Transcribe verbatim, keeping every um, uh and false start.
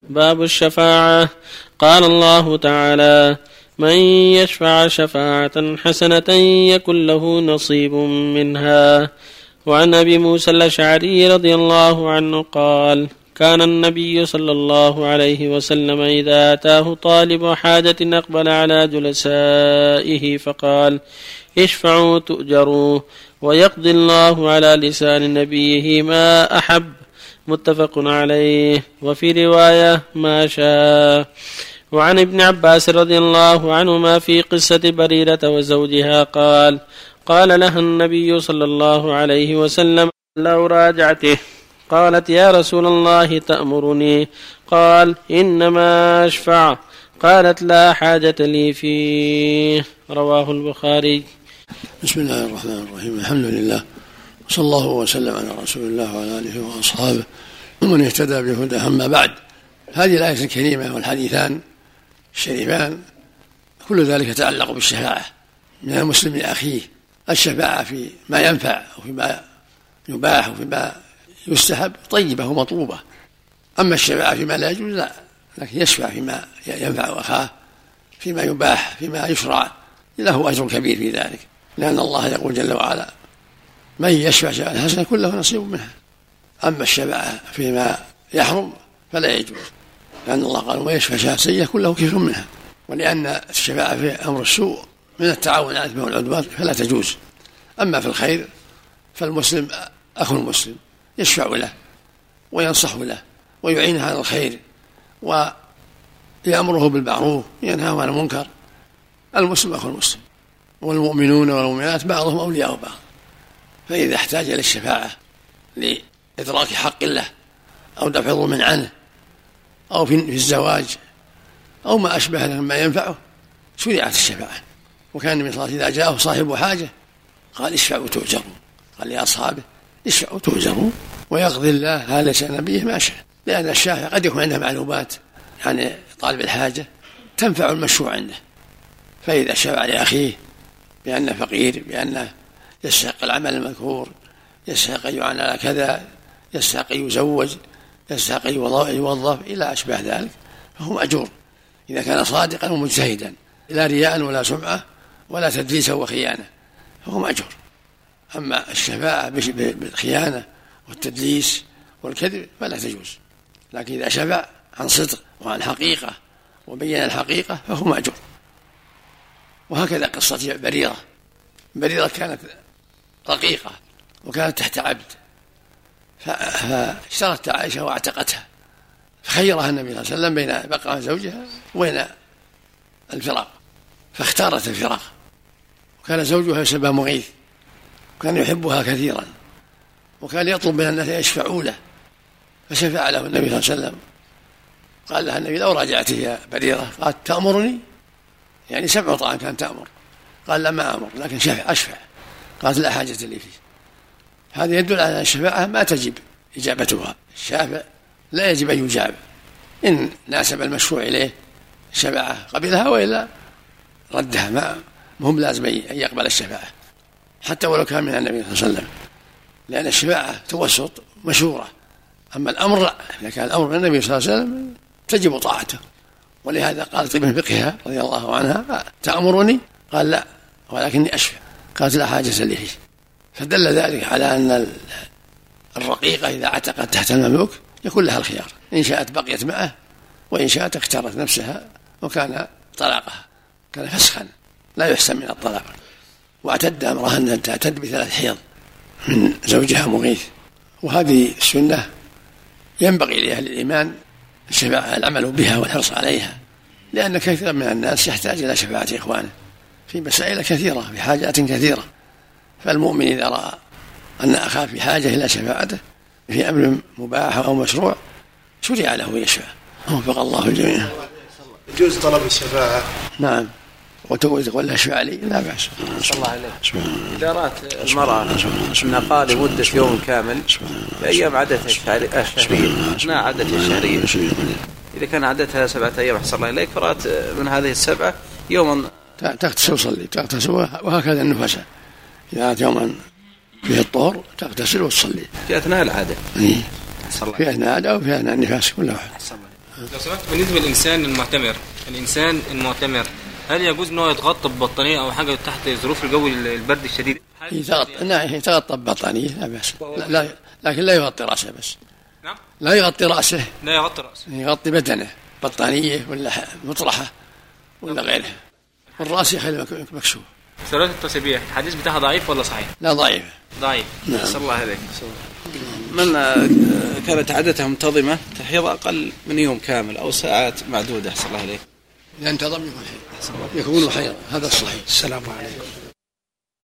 باب الشفاعة. قال الله تعالى: من يشفع شفاعة حسنة يكن له نصيب منها. وعن أبي موسى الأشعري رضي الله عنه قال: كان النبي صلى الله عليه وسلم إذا أتاه طالب حاجة أقبل على جلسائه فقال: اشفعوا تؤجروا، ويقضي الله على لسان نبيه ما أحب. متفق عليه. وفي رواية ما شاء. وعن ابن عباس رضي الله عنهما في قصة بريرة وزوجها قال: قال لها النبي صلى الله عليه وسلم: لو راجعته. قالت: يا رسول الله تأمرني؟ قال: إنما أشفع. قالت: لا حاجة لي فيه. رواه البخاري. بسم الله الرحمن الرحيم. الحمد لله، صلى الله وسلم على رسول الله وعلى آله وأصحابه ومن اهتدى بهدى. أما بعد، هذه الآية الكريمة والحديثان الشريفان كل ذلك يتعلق بالشفاعة من المسلم لأخيه، الشفاعة في ما ينفع وفيما يباح وفيما يستحب طيبة ومطلوبة. أما الشفاعة فيما لا يجوز لا، لكن يشفع فيما ينفع أخاه، فيما يباح، فيما يشرع، له أجر كبير في ذلك، لأن الله يقول جل وعلا: من يشفع شفاعة حسنة يكن له نصيب منها. أما الشفاعة فيما يحرم فلا يجوز، لأن الله قال: ومن يشفع شفاعة سيئة يكن له كفر منها. ولأن الشفاعة في أمر السوء من التعاون على الإثم والعدوان فلا تجوز. أما في الخير فالمسلم أخو المسلم يشفع له وينصح له ويعينه على الخير ويأمره بالمعروف وينهاه عن المنكر. المسلم أخو المسلم، والمؤمنون والمؤمنات بعضهم أولياء بعض. فإذا احتاج إلى الشفاعة لإدراك حق الله أو دفع ظلم عنه أو في الزواج أو ما أشبه مما ينفعه شرعت الشفاعة. وكان من صلاة إذا جاءه صاحب حاجة قال: اشفعوا تؤجروا. قال لأصحابه: اشفعوا تؤجروا ويقضي الله على لسان نبيه ما شاء. لأن الشافع قد يكون عنده معلومات، يعني طالب الحاجة تنفع المشروع عنده، فإذا شفع لأخيه بأنه فقير، بأنه يستحق العمل المذكور، يستحق أن يعان على كذا، يستحق أن يزوج، يستحق أن يوظف إلى أشبه ذلك، فهو مأجور إذا كان صادقا ومجتهدا، لا رياء ولا سمعة ولا تدليس وخيانة، فهو مأجور. أما الشفاعة بالخيانة والتدليس والكذب فلا تجوز، لكن إذا شفع عن صدق وعن حقيقة وبين الحقيقة فهو مأجور. وهكذا قصة بريرة. بريرة كانت رقيقة وكانت تحت عبد، فاشترت عائشة واعتقتها، فخيرها النبي صلى الله عليه وسلم بين بقاء زوجها وبين الفراق، فاختارت الفراق. وكان زوجها يسمى مغيث، وكان يحبها كثيرا، وكان يطلب من الناس يشفعوا له، فشفع له النبي صلى الله عليه وسلم. قال لها النبي: لو راجعته يا بريرة. قالت: تأمرني؟ يعني سبع طعام كان تأمر. قال: لا، ما أمر، لكن شفع أشفع. قالت: لا حاجة لي فيه. هذا يدل على الشفاعة ما تجب إجابتها. الشافع لا يجب أن يجاب، إن ناسب المشروع إليه الشفاعة قبلها، وإلا ردها. ما هم لازم أن يقبل الشفاعة حتى ولو كان من النبي صلى الله عليه وسلم، لأن الشفاعة توسط مشورة. أما الأمر لا، إذا كان الأمر من النبي صلى الله عليه وسلم تجب طاعته. ولهذا قالت ابن فقهها رضي الله عنها: تأمرني؟ قال: لا، ولكني أشفع. قالت: لا حاجة لي فيه. فدل ذلك على أن الرقيقة إذا عتقت تحت المملوك يكون لها الخيار، إن شاءت بقيت معه، وإن شاءت اختارت نفسها، وكان طلاقها كان فسخا لا يحسن من الطلاق. واعتد أمرها أن تعتد بثلاث حيض من زوجها مغيث. وهذه السنة ينبغي لأهل الإيمان العمل بها والحرص عليها، لأن كثيرا من الناس يحتاج إلى شفاعة إخوانه في مسائل كثيرة، في حاجات كثيرة. فالمؤمن إذا رأى أن أخاه في حاجة إلى شفاعته في أمر مباح أو مشروع شرع له يشفع. وفق الله الجميع. يجوز طلب الشفاعة؟ نعم. وتقول اشفع لي لا بأس. صلى الله عليه. إذا رأت المرأة أن قال لمدة يوم كامل بأيام عدتها الشهرية ما عدتها الشهرية، إذا كان عدتها سبعة أيام أحسن الله إليك، فرأت من هذه السبعة يوما تغتسل وتصلي، تغتسل. وهكذا النفساء إذا رأت يوما فيه الطهر تغتسل وتصلي في أثناء العادة، في أثناء العادة أو في أثناء النفاس، كل واحد. لو سمحت، بالنسبة للإنسان المعتمر الإنسان المعتمر هل يجوز أنه يتغطى ببطانية أو حاجة تحت ظروف الجو البرد الشديد؟ يتغطى نعم يتغطى ببطانية لا بأس، لا, لا لكن لا يغطي رأسه بس. نعم. لا يغطي رأسه. لا يغطي رأسه. يغطي بدنه بطانية ولا مطرحة ولا غيرها، والرأس يخلي مكشوف. صلاة التسبيح الحديث بتاعها ضعيف ولا صحيح؟ لا ضعيف. ضعيف. نعم. صلى الله عليك. من كانت عادتها منتظمة تحيض أقل من يوم كامل أو ساعات معدودة صلى الله عليك. ينتظم يكون حيض، هذا الصحيح. السلام عليكم.